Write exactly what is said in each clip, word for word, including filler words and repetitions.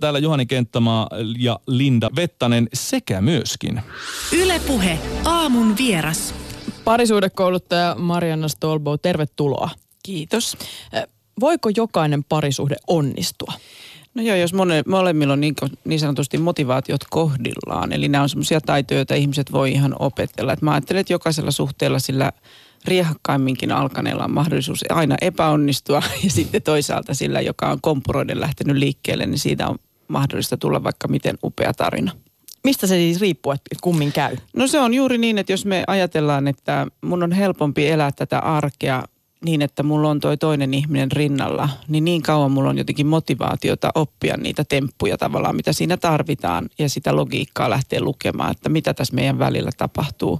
täällä Juhani Kenttämaa ja Linda Vettanen sekä myöskin Yle Puhe, aamun vieras. Parisuhdekouluttaja Marianna Stolbow, tervetuloa. Kiitos. Voiko jokainen parisuhde onnistua? No joo, jos mone, molemmilla on niin, niin sanotusti motivaatiot kohdillaan, eli nämä on semmoisia taitoja, joita ihmiset voi ihan opetella. Et mä ajattelen, että jokaisella suhteella sillä riehakkaimminkin alkaneella on mahdollisuus aina epäonnistua, ja sitten toisaalta sillä, joka on kompuroiden lähtenyt liikkeelle, niin siitä on mahdollista tulla vaikka miten upea tarina. Mistä se siis riippuu, että kummin käy? No se on juuri niin, että jos me ajatellaan, että mun on helpompi elää tätä arkea niin, että mulla on toi toinen ihminen rinnalla, niin niin kauan mulla on jotenkin motivaatiota oppia niitä temppuja tavallaan, mitä siinä tarvitaan, ja sitä logiikkaa lähtee lukemaan, että mitä tässä meidän välillä tapahtuu.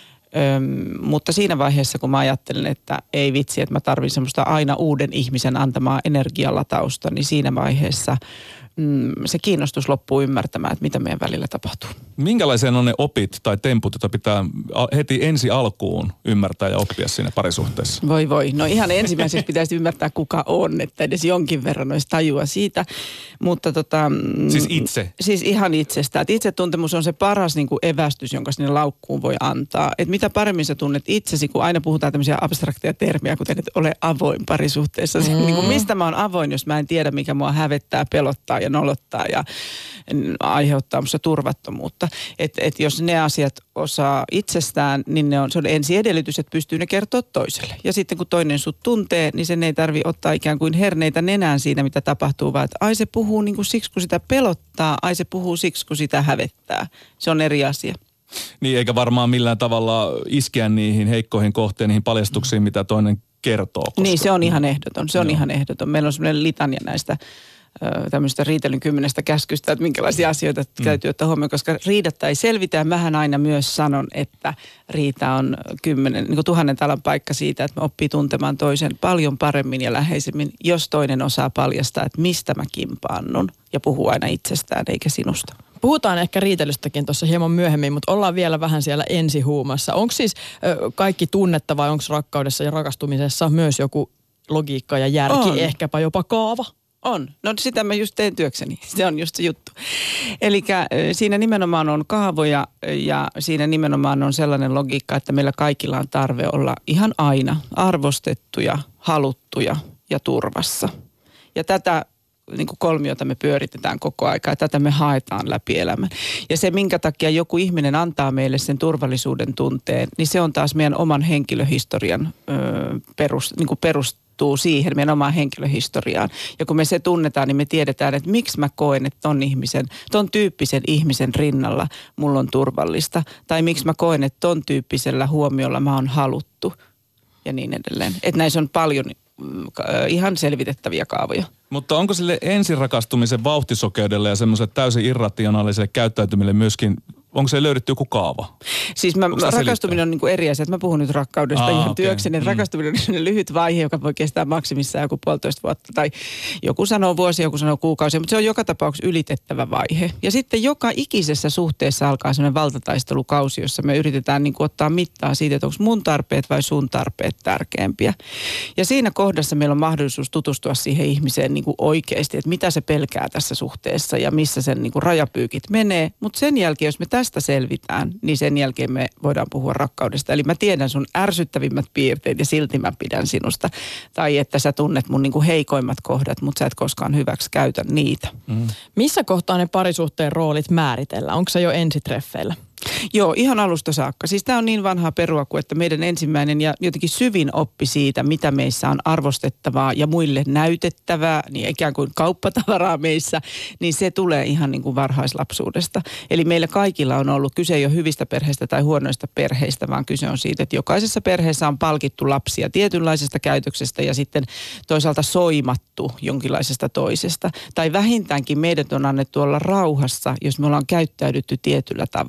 Öm, mutta siinä vaiheessa, kun mä ajattelen, että ei vitsi, että mä tarvitsen semmoista aina uuden ihmisen antamaa energialatausta, niin siinä vaiheessa mm, se kiinnostus loppuu ymmärtämään, että mitä meidän välillä tapahtuu. minkälaisia on ne opit tai temput, joita pitää heti ensi alkuun ymmärtää ja oppia siinä parisuhteessa? Voi voi. No ihan ensimmäiseksi pitäisi ymmärtää, kuka on, että edes jonkin verran olisi tajua siitä. Mutta tota... Siis itse? Siis ihan itsestä. Että itsetuntemus on se paras niin kuin evästys, jonka sinne laukkuun voi antaa. Että mitä paremmin sä tunnet itsesi, kun aina puhutaan tämmöisiä abstrakteja termiä, kuten että ole avoin parisuhteessa. Mm. Niin kuin mistä mä oon avoin, jos mä en tiedä, mikä mua hävettää, pelottaa ja nolottaa ja aiheuttaa musta turvattomuutta. Että et jos ne asiat osaa itsestään, niin ne on, se on ensi edellytys, että pystyy ne kertoa toiselle. Ja sitten kun toinen sut tuntee, niin sen ei tarvi ottaa ikään kuin herneitä nenään siinä, mitä tapahtuu, vaan että ai se puhuu niin kuin siksi, kun sitä pelottaa, ai se puhuu siksi, kun sitä hävettää. Se on eri asia. Niin, eikä varmaan millään tavalla iskeä niihin heikkoihin kohteen, niihin paljastuksiin, mitä toinen kertoo. Koska... Niin, se on ihan ehdoton. Se on Joo. ihan ehdoton. Meillä on semmoinen litania näistä tämmöistä riitelyn kymmenestä käskystä, että minkälaisia asioita mm. täytyy ottaa huomioon, koska riidatta ei selvitä. Ja mähän aina myös sanon, että riita on kymmenen, niin kuin tuhannen talan paikka siitä, että me oppii tuntemaan toisen paljon paremmin ja läheisemmin, jos toinen osaa paljastaa, että mistä mä kimpaannun ja puhuu aina itsestään eikä sinusta. Puhutaan ehkä riitelystäkin tuossa hieman myöhemmin, mutta ollaan vielä vähän siellä ensihuumassa. Onko siis ö, kaikki tunnetta vai onko rakkaudessa ja rakastumisessa myös joku logiikka ja järki, on. Ehkäpä jopa kaava? On. No sitä mä just teen työkseni. Se on just se juttu. Eli siinä nimenomaan on kaavoja ja siinä nimenomaan on sellainen logiikka, että meillä kaikilla on tarve olla ihan aina arvostettuja, haluttuja ja turvassa. Ja tätä niin kuin kolmiota me pyöritetään koko aika ja tätä me haetaan läpi elämän. Ja se, minkä takia joku ihminen antaa meille sen turvallisuuden tunteen, niin se on taas meidän oman henkilöhistorian ö, perus, niin kuin perus siihen meidän omaan henkilöhistoriaan. Ja kun me se tunnetaan, niin me tiedetään, että miksi mä koen, että ton ihmisen, ton tyyppisen ihmisen rinnalla mulla on turvallista. Tai miksi mä koen, että ton tyyppisellä huomiolla mä oon haluttu ja niin edelleen. Että näissä on paljon äh, ihan selvitettäviä kaavoja. Mutta onko sille ensirakastumisen vauhtisokeudelle ja semmoiselle täysin irrationaaliselle käyttäytymille myöskin, onko se löydetty joku kaava? Siis mä, rakastuminen on niin kuin eri asia, että mä puhun nyt rakkaudesta Aa, ihan okay. työkseni. Mm. Rakastuminen on sellainen lyhyt vaihe, joka voi kestää maksimissaan joku puolitoista vuotta. Tai joku sanoo vuosi, joku sanoo kuukausi, mutta se on joka tapauksessa ylitettävä vaihe. Ja sitten joka ikisessä suhteessa alkaa sellainen valtataistelukausi, jossa me yritetään niin kuin ottaa mittaa siitä, että onko mun tarpeet vai sun tarpeet tärkeämpiä. Ja siinä kohdassa meillä on mahdollisuus tutustua siihen ihmiseen niin kuin oikeasti, että mitä se pelkää tässä suhteessa ja missä sen niin kuin rajapyykit menee. Mutta sen jälkeen, jos me tästä selvitään, niin sen jälkeen me voidaan puhua rakkaudesta. Eli mä tiedän sun ärsyttävimmät piirteet ja silti mä pidän sinusta. Tai että sä tunnet mun niin kuin heikoimmat kohdat, mutta sä et koskaan hyväksi käytä niitä. Mm. Missä kohtaa ne parisuhteen roolit määritellään? Onko se jo ensitreffeillä? Joo, ihan alusta saakka. Siis tämä on niin vanhaa perua kuin, että meidän ensimmäinen ja jotenkin syvin oppi siitä, mitä meissä on arvostettavaa ja muille näytettävää, niin ikään kuin kauppatavaraa meissä, niin se tulee ihan niin kuin varhaislapsuudesta. Eli meillä kaikilla on ollut, kyse ei ole hyvistä perheistä tai huonoista perheistä, vaan kyse on siitä, että jokaisessa perheessä on palkittu lapsia tietynlaisesta käytöksestä ja sitten toisaalta soimattu jonkinlaisesta toisesta. Tai vähintäänkin meidät on annettu olla rauhassa, jos me ollaan käyttäydytty tietyllä tavalla.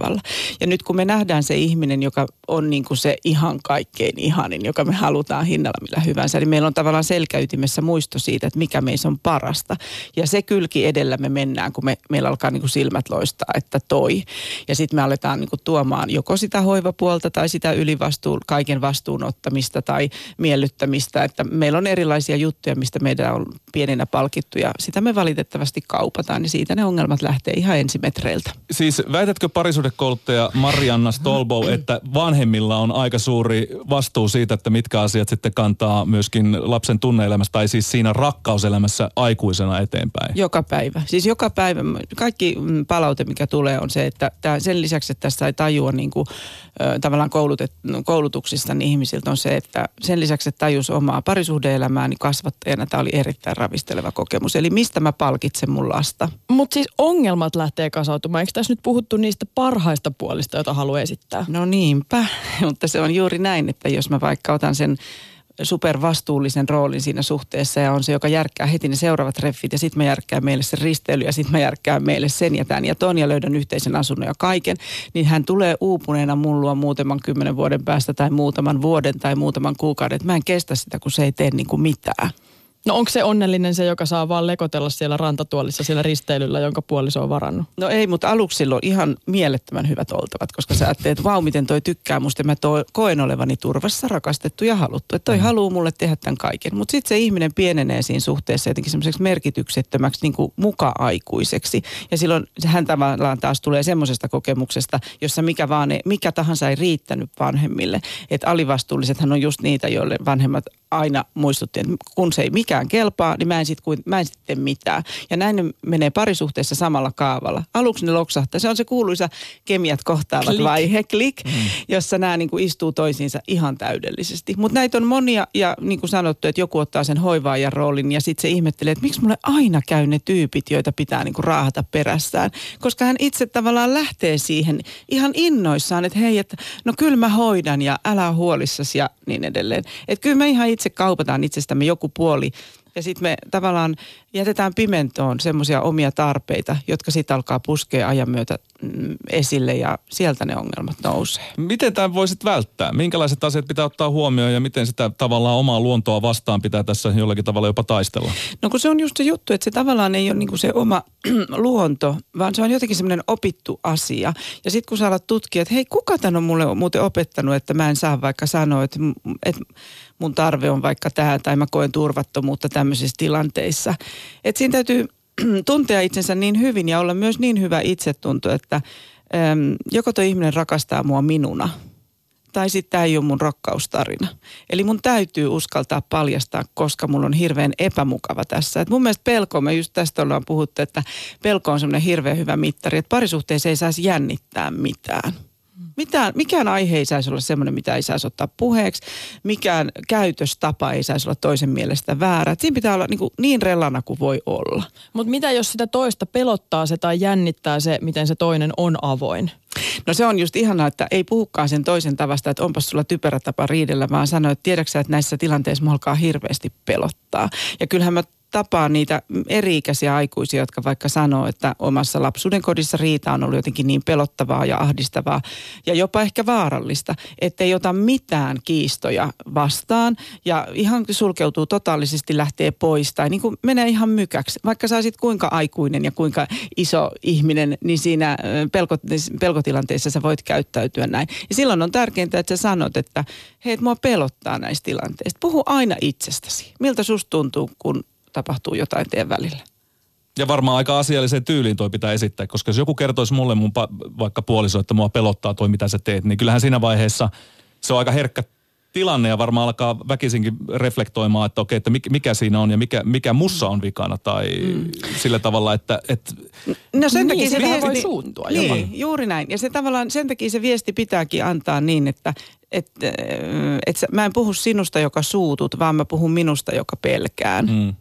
Ja nyt kun me nähdään se ihminen, joka on niin kuin se ihan kaikkein ihanin, joka me halutaan hinnalla millä hyvänsä, niin meillä on tavallaan selkäytimessä muisto siitä, että mikä meissä on parasta. Ja se kylki edellä me mennään, kun me, meillä alkaa niin kuin silmät loistaa, että toi. Ja sitten me aletaan niin kuin tuomaan joko sitä hoivapuolta tai sitä ylivastuun, kaiken vastuun ottamista tai miellyttämistä. Että meillä on erilaisia juttuja, mistä meidän on pieninä palkittu ja sitä me valitettavasti kaupataan. Ja siitä ne ongelmat lähtee ihan ensimetreiltä. Siis väitätkö parisuhdekouluttaja Marianna Stolbow, että vanhemmilla on aika suuri vastuu siitä, että mitkä asiat sitten kantaa myöskin lapsen tunne-elämässä tai siis siinä rakkauselämässä aikuisena eteenpäin? Joka päivä. Siis joka päivä. Kaikki palaute, mikä tulee, on se, että tämän, sen lisäksi, että tässä ei tajua niin kuin, äh, tavallaan koulutet, koulutuksista niin ihmisiltä on se, että sen lisäksi, että tajus omaa parisuhde-elämää, niin kasvattajana tämä oli erittäin ravisteleva kokemus. Eli mistä mä palkitsen mun lasta? Mutta siis ongelmat lähtee kasautumaan. Eikö tässä nyt puhuttu niistä parhaista puolista, joita haluaa esittää? No niinpä, mutta se on juuri näin, että jos mä vaikka otan sen supervastuullisen roolin siinä suhteessa ja on se, joka järkkää heti ne seuraavat reffit ja sitten mä järkkään meille sen risteily ja sitten mä järkkään meille sen ja tämän ja ton ja löydän yhteisen asunnon ja kaiken, niin hän tulee uupuneena mun luo muutaman kymmenen vuoden päästä tai muutaman vuoden tai muutaman kuukauden, että mä en kestä sitä, kun se ei tee niin kuin mitään. No onko se onnellinen se, joka saa vaan lekotella siellä rantatuolissa siellä risteilyllä, jonka puoliso on varannut? No ei, mutta aluksi sillä on ihan mielettömän hyvät oltavat, koska sä ajattelet, että vau, miten toi tykkää musta. Mä toi, koen olevani turvassa, rakastettu ja haluttu. Että toi mm. haluaa mulle tehdä tämän kaiken. Mutta sitten se ihminen pienenee siinä suhteessa jotenkin semmoiseksi merkityksettömäksi niin kuin muka-aikuiseksi. Ja silloin hän tavallaan taas tulee semmoisesta kokemuksesta, jossa mikä, vaan ei, mikä tahansa ei riittänyt vanhemmille. Että alivastuullisethan on just niitä, joille vanhemmat aina muistutti, että kun se ei mikään kelpaa, niin mä en sitten sit tee mitään. Ja näin ne menee parisuhteessa samalla kaavalla. Aluksi ne loksahtaa. Se on se kuuluisa kemiat kohtaavat klik. vaihe, klik, mm. jossa nämä niin kuin istuu toisiinsa ihan täydellisesti. Mutta näitä on monia ja niin kuin sanottu, että joku ottaa sen hoivaajan roolin ja sitten se ihmettelee, että miksi mulle aina käy ne tyypit, joita pitää niin kuin raahata perässään. Koska hän itse tavallaan lähtee siihen ihan innoissaan, että hei, että no kyllä mä hoidan ja älä huolissasi ja niin edelleen. Että kyllä me ihan itse kaupataan itsestämme joku puoli ja sitten me tavallaan jätetään pimentoon semmoisia omia tarpeita, jotka sitten alkaa puskea ajan myötä mm, esille ja sieltä ne ongelmat nousee. Miten tämän voisit välttää? Minkälaiset asiat pitää ottaa huomioon ja miten sitä tavallaan omaa luontoa vastaan pitää tässä jollakin tavalla jopa taistella? No kun se on just se juttu, että se tavallaan ei ole niinku se oma luonto, vaan se on jotenkin semmoinen opittu asia. Ja sitten kun sä alat tutkia, että hei, kuka tämän on mulle muuten opettanut, että mä en saa vaikka sanoa, että, että mun tarve on vaikka tämä tai mä koen turvattomuutta tämmöisissä tilanteissa. Että siinä täytyy tuntea itsensä niin hyvin ja olla myös niin hyvä itsetunto, että äm, joko tuo ihminen rakastaa mua minuna tai sitten tämä ei ole mun rakkaustarina. Eli mun täytyy uskaltaa paljastaa, koska mulla on hirveän epämukava tässä. Et mun mielestä pelko, me just tästä ollaan puhuttu, että pelko on semmoinen hirveän hyvä mittari, että parisuhteessa ei saisi jännittää mitään. Mitään, mikään aihe ei saisi olla semmoinen, mitä ei saisi ottaa puheeksi. Mikään käytöstapa ei saisi olla toisen mielestä väärä. Et siinä pitää olla niin, kuin niin relana kuin voi olla. Mutta mitä jos sitä toista pelottaa se tai jännittää se, miten se toinen on avoin? No se on just ihanaa, että ei puhukaan sen toisen tavasta, että onpas sulla typerä tapa riidellä, vaan sanoo, että tiedäksä, että näissä tilanteissa mua alkaa hirveästi pelottaa. Ja kyllähän mä tapaan niitä eri-ikäisiä aikuisia, jotka vaikka sanoo, että omassa lapsuuden kodissa riita on ollut jotenkin niin pelottavaa ja ahdistavaa ja jopa ehkä vaarallista, että ei ota mitään kiistoja vastaan ja ihan sulkeutuu totaalisesti, lähtee pois tai niin kuin menee ihan mykäksi. Vaikka sä olisit kuinka aikuinen ja kuinka iso ihminen, niin siinä pelko, pelkotilanteessa sä voit käyttäytyä näin. Ja silloin on tärkeintä, että sä sanot, että hei, että mua pelottaa näistä tilanteista. Puhu aina itsestäsi. Miltä susta tuntuu, kun tapahtuu jotain teidän välillä? Ja varmaan aika asialliseen tyyliin toi pitää esittää, koska jos joku kertoisi mulle mun pa- vaikka puoliso, että mua pelottaa toi mitä sä teet, niin kyllähän siinä vaiheessa se on aika herkkä tilanne ja varmaan alkaa väkisinkin reflektoimaan, että okei, että mikä siinä on ja mikä, mikä mussa on vikana tai mm. sillä tavalla, että... että no sen takia niin, se viesti voi suuntua niin, jopa. Juuri näin. Ja se tavallaan sen takia se viesti pitääkin antaa niin, että et, et, et mä en puhu sinusta, joka suutut, vaan mä puhun minusta, joka pelkään. Mm.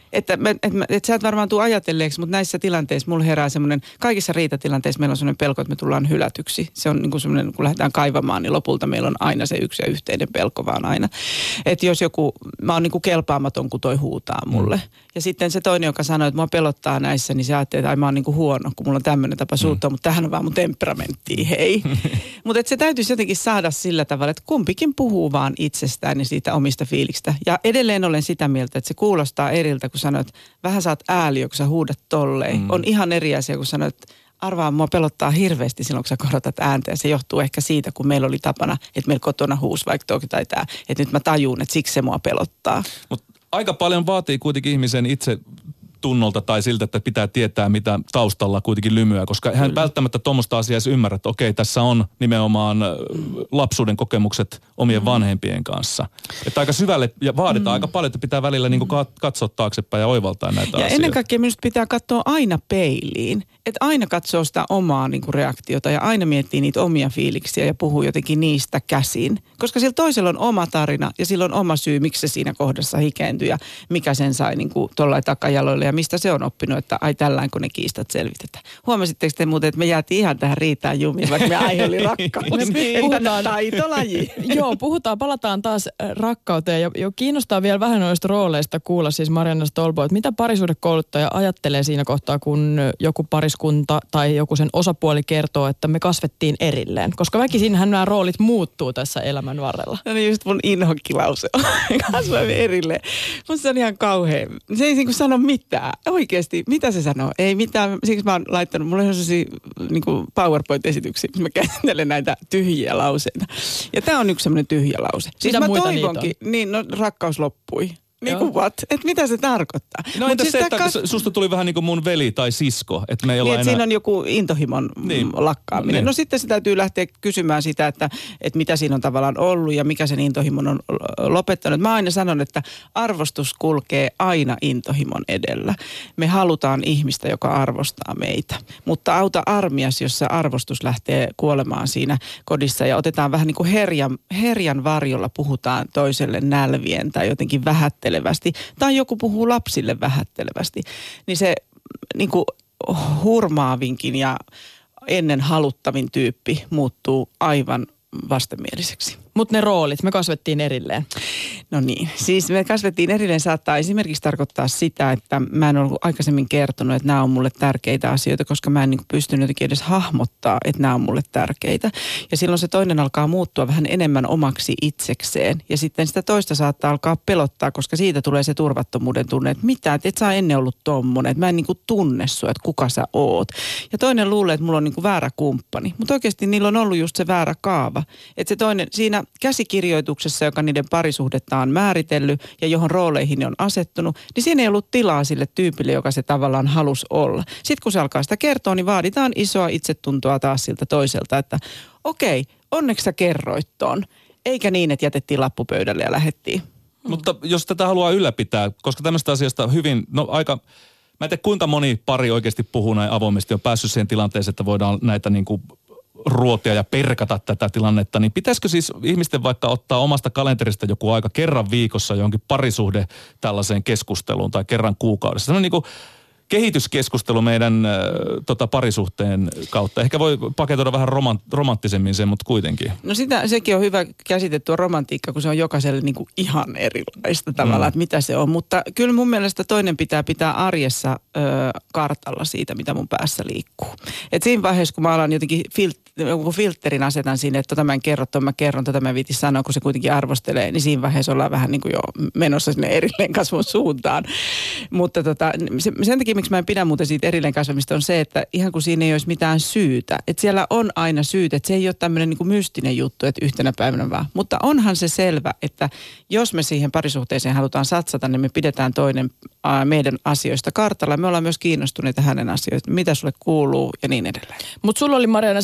Että, että, että sä et varmaan tule ajatelleeksi, mutta näissä tilanteissa mulla herää semmoinen, kaikissa riitatilanteissa meillä on semmoinen pelko, että me tullaan hylätyksi. Se on niin kuin semmoinen, kun lähdetään kaivamaan, niin lopulta meillä on aina se yksi ja yhteinen pelko vaan aina. Että jos joku, mä oon niin kuin kelpaamaton, kun toi huutaa mulle. Mm. Ja sitten se toinen, joka sanoo, että mua pelottaa näissä, niin se ajattelee, että ai mä oon niin kuin huono, kun mulla on tämmöinen tapa suuttua, mm. mutta tämähän on vaan mun temperamenttia, hei. Mutta se täytyisi jotenkin saada sillä tavalla, että kumpikin puhuu vaan itsestään ja siitä omista fiiliksistä. Ja edelleen olen sitä mieltä, että se kuulostaa eriltä, kun sanoit, että vähän saat ääliö, kun sä huudat tolleen. Mm. On ihan eri asia, kun sanoit, että arvaa, mua pelottaa hirveästi silloin, kun sä korotat ääntä. Ja se johtuu ehkä siitä, kun meillä oli tapana, että meillä kotona huusi vaikka toki tai tämä. Että nyt mä tajun, että siksi se mua pelottaa. Mut aika paljon vaatii kuitenkin ihmisen itse tunnolta tai siltä, että pitää tietää, mitä taustalla kuitenkin lymyä, koska hän Kyllä. välttämättä tuommoista asiaa edes ymmärrä, että okei, tässä on nimenomaan lapsuuden kokemukset omien mm. vanhempien kanssa. Että aika syvälle ja vaaditaan mm. aika paljon, että pitää välillä niin kuin katsoa taaksepäin ja oivaltaa näitä ja asioita. Ja ennen kaikkea minusta pitää katsoa aina peiliin, että aina katsoo sitä omaa niin kuin reaktiota ja aina miettii niitä omia fiiliksiä ja puhuu jotenkin niistä käsin. Koska sillä toisella on oma tarina ja sillä on oma syy, miksi se siinä kohdassa hikääntyi ja mikä sen sai niin kuin tollain takajaloille ja mistä se on oppinut, että ai tällään kun ne kiistat selvitetään. Huomasitteko te muuten, että me jäätiin ihan tähän riitaan jumiin, vaikka me aihe oli rakkaus. Puhutaan taitolaji. Joo, puhutaan, palataan taas rakkauteen ja jo kiinnostaa vielä vähän noista rooleista kuulla siis Marianna Stolbo, että mitä parisuhdekouluttaja ajattelee siinä kohtaa, kun joku pariskunta tai joku sen osapuoli kertoo, että me kasvettiin erilleen. Koska väkisinhän nämä roolit muuttuu tässä elämän varrella. No niin, just mun inhokkilause on. Kasvoimme erilleen. Mutta se on ihan kauhean. Se ei niin sano mitään. Oikeasti, mitä se sanoo? Ei mitään. Siksi mä oon laittanut, mulla on sellaisia niin kuin PowerPoint-esityksiä, missä mä käsittelen näitä tyhjiä lauseita. Ja tää on yksi semmoinen tyhjä lause. Siis mitä mä muita toivonkin, niin no rakkaus loppui. Niin kuin what? Että mitä se tarkoittaa? No entäs siis se, että kas... susta tuli vähän niin kuin mun veli tai sisko, että me ei olla niin, enää... siinä on joku intohimon niin. lakkaaminen. Niin. No sitten se täytyy lähteä kysymään sitä, että, että mitä siinä on tavallaan ollut ja mikä sen intohimon on lopettanut. Mä aina sanon, että arvostus kulkee aina intohimon edellä. Me halutaan ihmistä, joka arvostaa meitä. Mutta auta armias, jos se arvostus lähtee kuolemaan siinä kodissa ja otetaan vähän niin kuin herjan, herjan varjolla, puhutaan toiselle nälvien tai jotenkin vähättelevästi. Tai joku puhuu lapsille vähättelevästi, niin se niin kuin hurmaavinkin ja ennen haluttavin tyyppi muuttuu aivan vastenmieliseksi. Mutta ne roolit, me kasvettiin erilleen. No niin, siis me kasvettiin erilleen saattaa esimerkiksi tarkoittaa sitä, että mä en ollut aikaisemmin kertonut, että nämä on mulle tärkeitä asioita, koska mä en niin pystynyt jotenkin edes hahmottaa, että nämä on mulle tärkeitä. Ja silloin se toinen alkaa muuttua vähän enemmän omaksi itsekseen. Ja sitten sitä toista saattaa alkaa pelottaa, koska siitä tulee se turvattomuuden tunne, että mitä, että et sä ennen ollut tommonen, että mä en niin kuin tunne sua, että kuka sä oot. Ja toinen luulee, että mulla on niin kuin väärä kumppani, mutta oikeasti niillä on ollut just se väärä kaava. Että se toinen, siinä käsikirjoituksessa, joka niiden parisuhdetta on määritellyt ja johon rooleihin ne on asettunut, niin siinä ei ollut tilaa sille tyypille, joka se tavallaan halusi olla. Sitten kun se alkaa sitä kertoa, niin vaaditaan isoa itsetuntoa taas siltä toiselta, että okei, onneksi sä kerroit ton. Eikä niin, että jätettiin lappu pöydälle ja lähdettiin. Mutta jos tätä haluaa ylläpitää, koska tämmöistä asiasta hyvin, no aika... Mä en tiedä, kuinka moni pari oikeasti puhuu näin avoimesti, on päässyt siihen tilanteeseen, että voidaan näitä niin kuin ruotia ja perkata tätä tilannetta, niin pitäisikö siis ihmisten vaikka ottaa omasta kalenterista joku aika kerran viikossa johonkin parisuhde tällaiseen keskusteluun tai kerran kuukaudessa? Se on niin kuin kehityskeskustelu meidän äh, tota, parisuhteen kautta. Ehkä voi paketoida vähän romant- romanttisemmin sen, mutta kuitenkin. No sitä, sekin on hyvä käsite tuo romantiikka, kun se on jokaiselle niin kuin ihan erilaista tavalla, mm. että mitä se on. Mutta kyllä mun mielestä toinen pitää pitää arjessa ö, kartalla siitä, mitä mun päässä liikkuu. Et siinä vaiheessa, kun mä alan jotenkin fil- joku filterin asetan sinne, että tota mä en kerro, tota mä kerron, tota mä en viitis sanoa, kun se kuitenkin arvostelee, niin siinä vaiheessa ollaan vähän niin kuin jo menossa sinne erilleen kasvun suuntaan. Mutta tota, se, sen takia, miksi mä en pidä muuten siitä erilleen kasvamista, on se, että ihan kun siinä ei olisi mitään syytä. Että siellä on aina syytä, että se ei ole tämmöinen niin kuin mystinen juttu, että yhtenä päivänä vaan. Mutta onhan se selvä, että jos me siihen parisuhteeseen halutaan satsata, niin me pidetään toinen ää, meidän asioista kartalla. Me ollaan myös kiinnostuneita hänen asioista, mitä sulle kuuluu ja niin edelleen. Mutta sulla oli, Marianna, semmoinen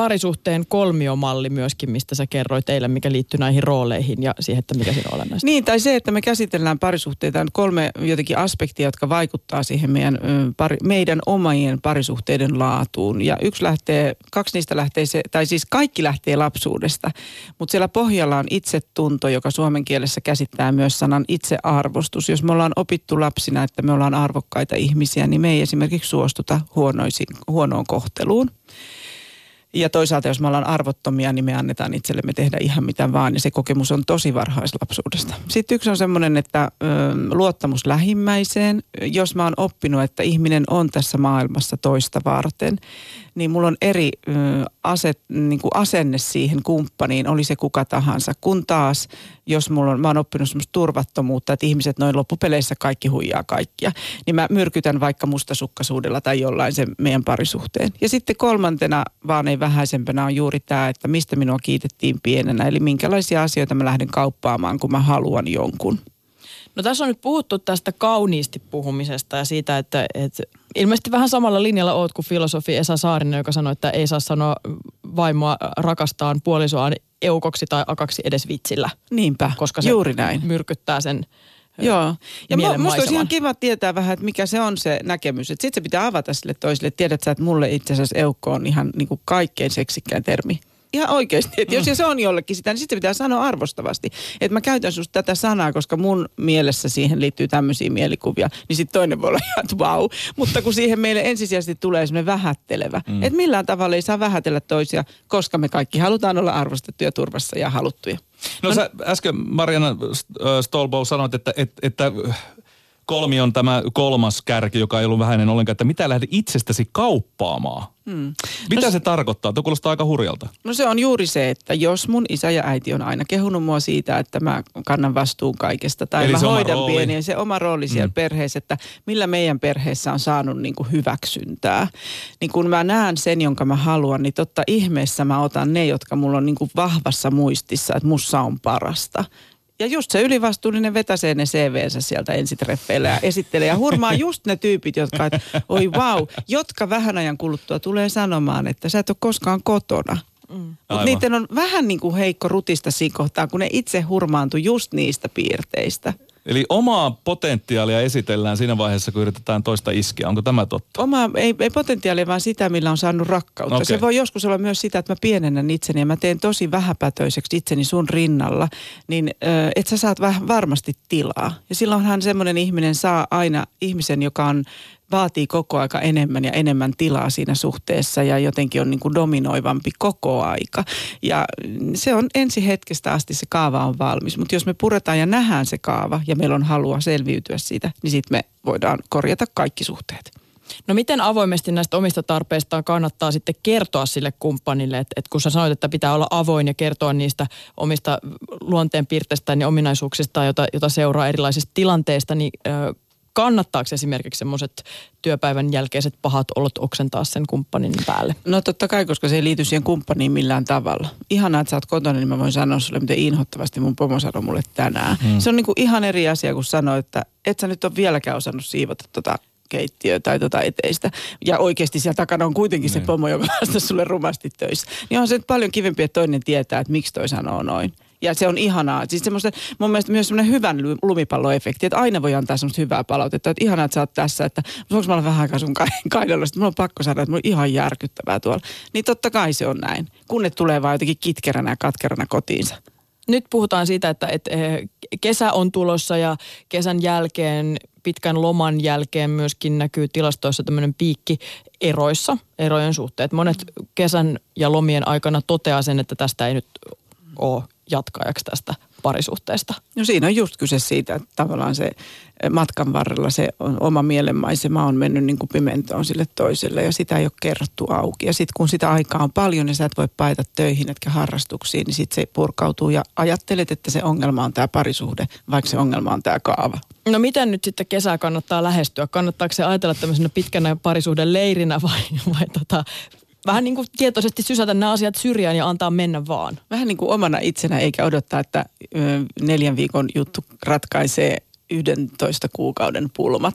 parisuhteen kolmiomalli myöskin, mistä sä kerroit teille, mikä liittyy näihin rooleihin ja siihen, että mikä siinä on olennaista. Niin, tai se, että me käsitellään parisuhteita, on kolme jotenkin aspektia, jotka vaikuttaa siihen meidän, pari, meidän omien parisuhteiden laatuun. Ja yksi lähtee, kaksi niistä lähtee, se, tai siis kaikki lähtee lapsuudesta, mutta siellä pohjalla on itsetunto, joka suomen kielessä käsittää myös sanan itsearvostus. Jos me ollaan opittu lapsina, että me ollaan arvokkaita ihmisiä, niin me ei esimerkiksi suostuta huonoisiin, huonoon kohteluun. Ja toisaalta, jos me ollaan arvottomia, niin me annetaan itsellemme tehdä ihan mitä vaan. Ja se kokemus on tosi varhaislapsuudesta. Sitten yksi on semmoinen, että ö, luottamus lähimmäiseen. Jos mä oon oppinut, että ihminen on tässä maailmassa toista varten, niin mulla on eri ö, aset, niin kuin asenne siihen kumppaniin, oli se kuka tahansa. Kun taas, jos mulla on, mä oon oppinut semmoista turvattomuutta, että ihmiset noin loppupeleissä kaikki huijaa kaikkia, niin mä myrkytän vaikka mustasukkaisuudella tai jollain sen meidän parisuhteen. Ja sitten kolmantena, vaan ei vähäisempänä, on juuri tämä, että mistä minua kiitettiin pienenä. Eli minkälaisia asioita mä lähden kauppaamaan, kun mä haluan jonkun. No tässä on nyt puhuttu tästä kauniisti puhumisesta ja siitä, että, että ilmeisesti vähän samalla linjalla oot kuin filosofi Esa Saarinen, joka sanoi, että ei saa sanoa vaimoa rakastaan puolisoaan eukoksi tai akaksi edes vitsillä. Niinpä, koska se juuri näin. Myrkyttää sen Joo, ja mielenmaiseman. musta olisi ihan kiva tietää vähän, että mikä se on se näkemys. Että sit se pitää avata sille toiselle. Tiedät sä, että mulle itse asiassa eukko on ihan niin kuin kaikkein seksikkäin termi. Ihan oikeasti, että jos se on jollekin sitä, niin sitten se pitää sanoa arvostavasti. Että mä käytän susta tätä sanaa, koska mun mielessä siihen liittyy tämmöisiä mielikuvia, niin sitten toinen voi olla ihan, että vau. Mutta kun siihen meille ensisijaisesti tulee semmoinen vähättelevä, mm. että millään tavalla ei saa vähätellä toisia, koska me kaikki halutaan olla arvostettuja, turvassa ja haluttuja. No, no sä äsken Mariana Stolbow sanoit, että, että, että kolmi on tämä kolmas kärki, joka ei ollut vähäinen ollenkaan, että mitä lähdet itsestäsi kauppaamaan? Hmm. Mitä no, se tarkoittaa? Tuo kuulostaa aika hurjalta. No se on juuri se, että jos mun isä ja äiti on aina kehunut mua siitä, että mä kannan vastuun kaikesta tai eli mä hoidan pieniä, se oma rooli siellä hmm. perheessä, että millä meidän perheessä on saanut niin kuin hyväksyntää. Niin kun mä näen sen, jonka mä haluan, niin totta ihmeessä mä otan ne, jotka mulla on niin kuin vahvassa muistissa, että mussa on parasta. Ja just se ylivastuullinen vetäsee ne C V:nsä sieltä ensitreffeillä ja esittelee ja hurmaa just ne tyypit, jotka, että oi vau, wow, jotka vähän ajan kuluttua tulee sanomaan, että sä et ole koskaan kotona. Mm. Mutta niiden on vähän niin kuin heikko rutista siinä kohtaa, kun ne itse hurmaantui just niistä piirteistä. Eli omaa potentiaalia esitellään siinä vaiheessa, kun yritetään toista iskeä. Onko tämä totta? Omaa, ei, ei potentiaalia, vaan sitä, millä on saanut rakkautta. Okay. Se voi joskus olla myös sitä, että mä pienennän itseni ja mä teen tosi vähäpätöiseksi itseni sun rinnalla, niin äh, et sä saat vähän varmasti tilaa. Ja silloinhan semmoinen ihminen saa aina ihmisen, joka on vaatii koko aika enemmän ja enemmän tilaa siinä suhteessa ja jotenkin on niin kuin dominoivampi koko aika. Ja se on ensi hetkestä asti se kaava on valmis, mutta jos me puretaan ja nähdään se kaava ja meillä on halua selviytyä siitä, niin sitten me voidaan korjata kaikki suhteet. No miten avoimesti näistä omista tarpeistaan kannattaa sitten kertoa sille kumppanille, että, että kun sä sanoit, että pitää olla avoin ja kertoa niistä omista luonteenpiirteistään ja ominaisuuksistaan, jota, jota seuraa erilaisista tilanteista, niin ö, kannattaako esimerkiksi semmoiset työpäivän jälkeiset pahat olot oksentaa sen kumppanin päälle? No totta kai, koska se ei liity siihen kumppaniin millään tavalla. Ihanaa, että sä oot kotona, niin mä voin sanoa sulle, miten inhottavasti mun pomo sanoi mulle tänään. Hmm. Se on niin kuin ihan eri asia, kun sanoo, että et sä nyt ole vieläkään osannut siivota tota keittiöä tai tota eteistä. Ja oikeasti siellä takana on kuitenkin se pomo, joka vastasi sulle rumasti töissä. Niin on se nyt paljon kivempi, että toinen tietää, että miksi toi sanoo noin. Ja se on ihanaa. Siis semmoista, mun mielestä myös semmoinen hyvän lumipalloefekti, että aina voi antaa semmoista hyvää palautetta. Että ihanaa, että sä oot tässä, että voinko mä olla vähän aikaa sun kaidalla, että mulla on pakko saada, että mulla on ihan järkyttävää tuolla. Niin totta kai se on näin, kun ne tulee vaan jotenkin kitkeränä ja katkerana kotiinsa. Nyt puhutaan siitä, että, että kesä on tulossa ja kesän jälkeen, pitkän loman jälkeen myöskin näkyy tilastoissa tämmöinen piikki eroissa, erojen suhteet. Monet kesän ja lomien aikana toteaa sen, että tästä ei nyt ole jatkajaksi tästä parisuhteesta. No siinä on just kyse siitä, että tavallaan se matkan varrella se on, oma mielenmaisema on mennyt niin kuin pimentoon sille toiselle ja sitä ei ole kerrottu auki. Ja sitten kun sitä aikaa on paljon ja sä et voi paeta töihin etkä harrastuksiin, niin sitten se purkautuu ja ajattelet, että se ongelma on tämä parisuhde, vaikka se ongelma on tämä kaava. No miten nyt sitten kesää kannattaa lähestyä? Kannattaako se ajatella tämmöisenä pitkänä parisuhden leirinä vai, vai tota... Vähän niin kuin tietoisesti sysätä nämä asiat syrjään ja antaa mennä vaan. Vähän niin kuin omana itsenä, eikä odottaa, että ö, neljän viikon juttu ratkaisee yhdentoista kuukauden pulmat.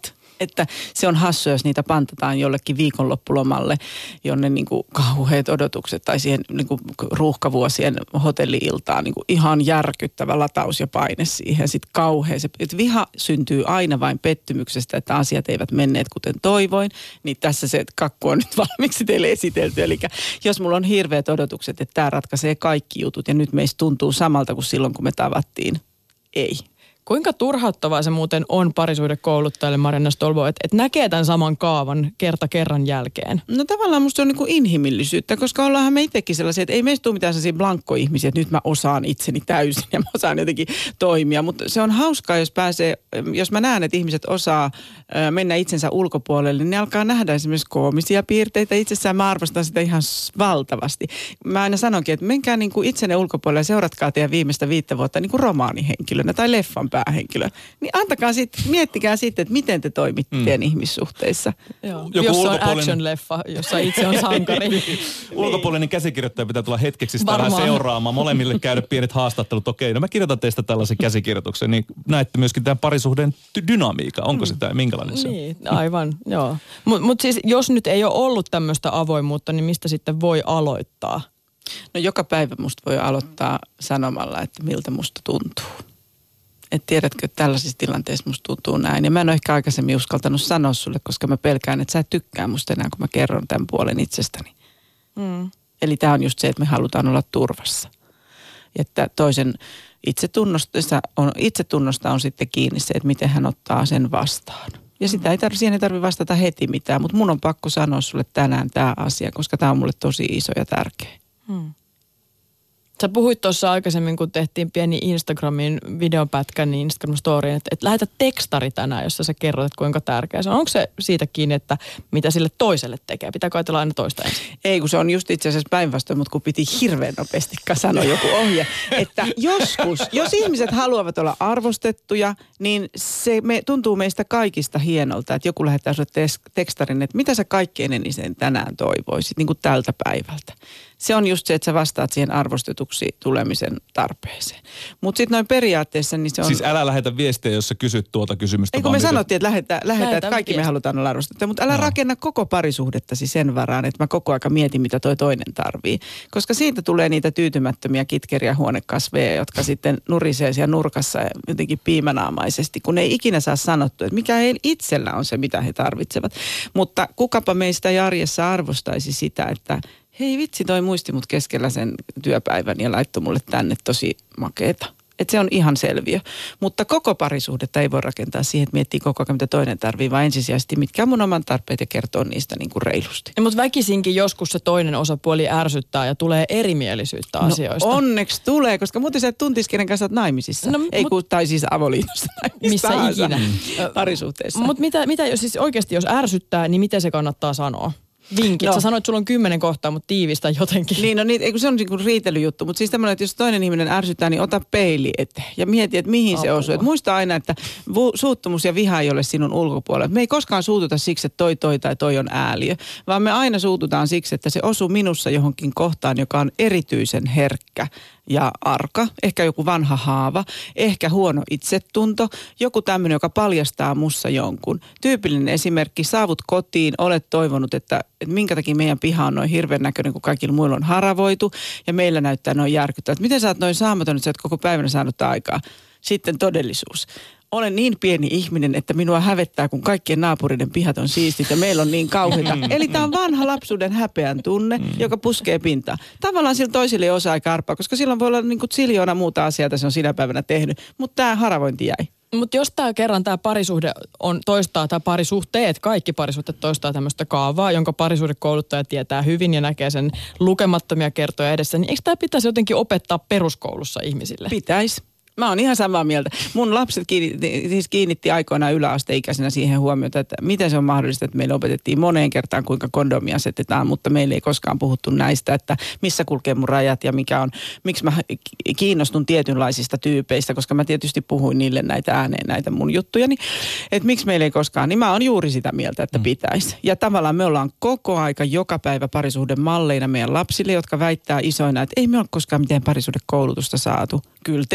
Että se on hassu, jos niitä pantataan jollekin viikonloppulomalle, jonne niin kuin kauheat odotukset tai siihen niin kuin ruuhkavuosien hotelli-iltaan niin kuin ihan järkyttävä lataus ja paine siihen. Sitten kauhea se, että viha syntyy aina vain pettymyksestä, että asiat eivät menneet kuten toivoin. Niin tässä se kakku on nyt valmiiksi teille esitelty. Eli jos mulla on hirveät odotukset, että tämä ratkaisee kaikki jutut ja nyt meistä tuntuu samalta kuin silloin, kun me tavattiin. Ei. Kuinka turhauttavaa se muuten on parisuhdekouluttajalle Marianna Stolbo, että et näkee tämän saman kaavan kerta kerran jälkeen? No tavallaan musta se on niin kuin inhimillisyyttä, koska ollaanhan me itsekin sellaisia, että ei meistä tule mitään sellaisia blankkoihmisiä, että nyt mä osaan itseni täysin ja mä osaan jotenkin toimia. Mutta se on hauskaa, jos pääsee, jos mä näen, että ihmiset osaa mennä itsensä ulkopuolelle, niin ne alkaa nähdä esimerkiksi koomisia piirteitä itsessään. Mä arvostan sitä ihan valtavasti. Mä aina sanonkin, että menkää niin kuin itsenne ulkopuolelle ja seuratkaa teidän viimeistä viittä vuotta niin kuin romaanihenkilönä tai leffan päähenkilö. Niin antakaa sitten, miettikää sitten, että miten te toimitte mm. teidän ihmissuhteissa. Joo. Jos on action-leffa, jossa itse on sankari. Ulkopuolinen käsikirjoittaja pitää tulla hetkeksi sitä vähän seuraamaan. Molemmille käydä pienet haastattelut. Okei, no mä kirjoitan teistä tällaisen käsikirjoituksen, niin näette myöskin tämän parisuhteen dynamiikka. Onko mm. sitä ja minkälainen se on? Niin, aivan, joo. Mutta mut siis jos nyt ei ole ollut tämmöistä avoimuutta, niin mistä sitten voi aloittaa? No joka päivä musta voi aloittaa sanomalla, että miltä musta tuntuu. Että tiedätkö, että tällaisissa tilanteissa musta tuntuu näin. Ja mä en ole ehkä aikaisemmin uskaltanut sanoa sulle, koska mä pelkään, että sä et tykkää musta enää, kun mä kerron tämän puolen itsestäni. Mm. Eli tää on just se, että me halutaan olla turvassa. Että toisen itsetunnosta on, itsetunnosta on sitten kiinni se, että miten hän ottaa sen vastaan. Ja sitä ei tarvi, siihen ei tarvitse vastata heti mitään, mutta mun on pakko sanoa sulle tänään tämä asia, koska tämä on mulle tosi iso ja tärkeä. Hmm. Sä puhuit tuossa aikaisemmin, kun tehtiin pieni Instagramin videopätkä, niin Instagram-storyin, että, että lähetä tekstari tänään, jossa sä kerrot, että kuinka tärkeä se on. Onko se siitä kiinni, että mitä sille toiselle tekee? Pitääkö ajatella aina toista ensin? Ei, kun se on just itse asiassa päinvastoin, mutta kun piti hirveän nopeasti sanoa joku ohje. Että joskus, jos ihmiset haluavat olla arvostettuja, niin se me, tuntuu meistä kaikista hienolta, että joku lähettää sulle tekstarin, että mitä sä kaikkein eniten tänään toivoisit, niin kuin tältä päivältä. Se on just se, että sä vastaat siihen arvostetuksi tulemisen tarpeeseen. Mutta sitten noin periaatteessa, niin se on... Siis älä lähetä viestiä, jos sä kysyt tuota kysymystä. Ei kun me niitä... sanottiin, että lähetä, lähetä että kaikki viesti. Me halutaan olla arvostettuja. Mutta älä no. rakenna koko parisuhdettasi sen varaan, että mä koko aika mietin, mitä toi toinen tarvii. Koska siitä tulee niitä tyytymättömiä kitkeriä huonekasveja, jotka sitten nurisee siellä nurkassa jotenkin piimänaamaisesti, kun ei ikinä saa sanottua, että mikä heillä itsellä on se, mitä he tarvitsevat. Mutta kukapa meistä arjessa arvostaisi sitä, että hei vitsi, toi muisti mut keskellä sen työpäivän ja laittoi mulle tänne tosi makeeta. Että se on ihan selviö. Mutta koko parisuhdetta ei voi rakentaa siihen, että miettii koko ajan, mitä toinen tarvii, vaan ensisijaisesti mitkä on mun oman tarpeet ja kertoo niistä niin kuin reilusti. Mutta väkisinkin joskus se toinen osapuoli ärsyttää ja tulee erimielisyyttä no, asioista. Onneksi tulee, koska muuten sä et tuntisi, kenen kanssa olet naimisissa. No, ei mut, kun, tai siis avoliitossa tai missä ikinä parisuhteessa. Mutta mitä, mitä jos siis oikeasti jos ärsyttää, niin miten se kannattaa sanoa? Vinkit. No. Sä sanoit, että sulla on kymmenen kohtaa, mutta tiivistä jotenkin. Niin, no niin, eikö se on niin kuin riitelyjuttu. Mutta siis tämmöinen, että jos toinen ihminen ärsyttää, niin ota peili eteen ja mieti, että mihin Apua. se osuu. Et muista aina, että vu- suuttumus ja viha ei ole sinun ulkopuolella. Me ei koskaan suututa siksi, että toi toi tai toi on ääliö, vaan me aina suututaan siksi, että se osuu minussa johonkin kohtaan, joka on erityisen herkkä ja arka, ehkä joku vanha haava, ehkä huono itsetunto, joku tämmöinen, joka paljastaa mussa jonkun. Tyypillinen esimerkki, saavut kotiin, olet toivonut, että, että minkä takia meidän piha on noin hirveän näköinen, kun kaikilla muilla on haravoitu ja meillä näyttää noin järkyttävät. Miten sä oot noin saamaton, että sä oot koko päivänä saanut aikaa? Sitten todellisuus. Olen niin pieni ihminen, että minua hävettää, kun kaikkien naapuriden pihat on siistit ja meillä on niin kauheita. Eli tämä on vanha lapsuuden häpeän tunne, joka puskee pintaan. Tavallaan sillä toisille ei osaa aika arpaa, koska silloin voi olla niin kuin ziljoona muuta asiaa, se on sinä päivänä tehnyt. Mutta tämä haravointi jäi. Mutta jos tämä kerran tämä parisuhde on toistaa, tämä parisuhteet, kaikki parisuhteet toistaa tämmöistä kaavaa, jonka parisuhdekouluttaja tietää hyvin ja näkee sen lukemattomia kertoja edessä, niin eikö tämä pitäisi jotenkin opettaa peruskoulussa ihmisille? Pitäisi. Mä oon ihan samaa mieltä. Mun lapset kiinnitti, siis kiinnitti aikoinaan yläasteikäisenä siihen huomiota, että miten se on mahdollista, että meille opetettiin moneen kertaan, kuinka kondomia asetetaan, mutta meillä ei koskaan puhuttu näistä, että missä kulkee mun rajat ja mikä on, miksi mä kiinnostun tietynlaisista tyypeistä, koska mä tietysti puhuin niille näitä ääneen, näitä mun juttujani, että miksi meillä ei koskaan, niin mä oon juuri sitä mieltä, että pitäisi. Ja tavallaan me ollaan koko aika joka päivä parisuhden malleina meidän lapsille, jotka väittää isoina, että ei me ole koskaan mitään parisuhdekoulutusta saatu. Kyllä te ootte.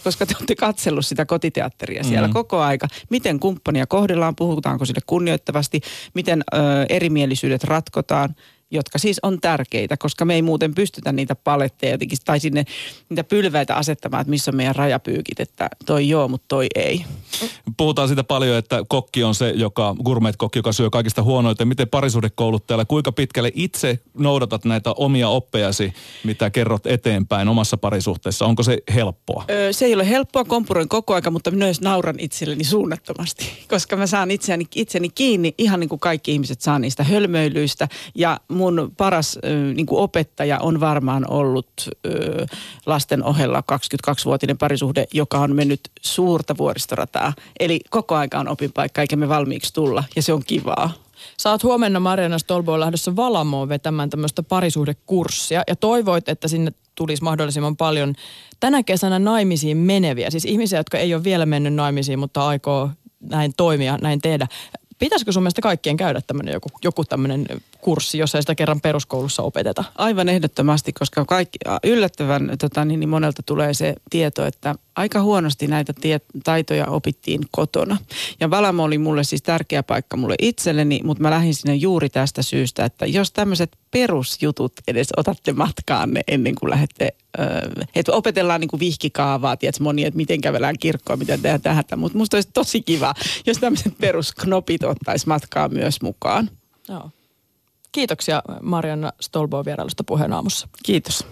koska te olette katsellut sitä kotiteatteria siellä mm. koko aika. Miten kumppania kohdellaan, puhutaanko sille kunnioittavasti, miten ö, erimielisyydet ratkotaan, jotka siis on tärkeitä, koska me ei muuten pystytä niitä paletteja jotenkin, tai sinne niitä pylväitä asettamaan, että missä on meidän rajapyykit, että toi joo, mutta toi ei. Puhutaan siitä paljon, että kokki on se, joka, gourmet-kokki, joka syö kaikista huonoiten. Miten parisuhdekouluttajalle, kuinka pitkälle itse noudatat näitä omia oppejasi, mitä kerrot eteenpäin omassa parisuhteessa? Onko se helppoa? Öö, se ei ole helppoa, kompuroin koko aika, mutta myös nauran itselleni suunnattomasti, koska mä saan itseäni, itseni kiinni, ihan niin kuin kaikki ihmiset saa niistä hölmöilyistä, ja mun paras äh, niin kuin opettaja on varmaan ollut äh, lasten ohella kaksikymmentäkaksivuotinen parisuhde, joka on mennyt suurta vuoristorataa. Eli koko aika on opinpaikka, eikä me valmiiksi tulla, ja se on kivaa. Sä oot huomenna Marianna Stolbo lähdössä Valamoon vetämään tämmöistä parisuhdekurssia, ja toivoit, että sinne tulisi mahdollisimman paljon tänä kesänä naimisiin meneviä. Siis ihmisiä, jotka ei ole vielä mennyt naimisiin, mutta aikoo näin toimia, näin tehdä. Pitäisikö sun mielestä kaikkien käydä tämmöinen joku, joku tämmöinen kurssi, jos ei sitä kerran peruskoulussa opeteta? Aivan ehdottomasti, koska kaikki, yllättävän tota, niin, niin monelta tulee se tieto, että aika huonosti näitä tie, taitoja opittiin kotona. Ja Valamo oli mulle siis tärkeä paikka mulle itselleni, mutta mä lähdin sinne juuri tästä syystä, että jos tämmöiset perusjutut edes otatte matkaanne ennen kuin lähdette, että opetellaan niin kuin vihkikaavaa, tiedätkö moni, että miten kävelään kirkkoon, miten tehdään tähän, mutta musta olisi tosi kiva, jos tämmöiset perusknopit ottaisi matkaa myös mukaan. Joo. Kiitoksia Marianna Stolbo vierailusta Puheen aamussa. Kiitos.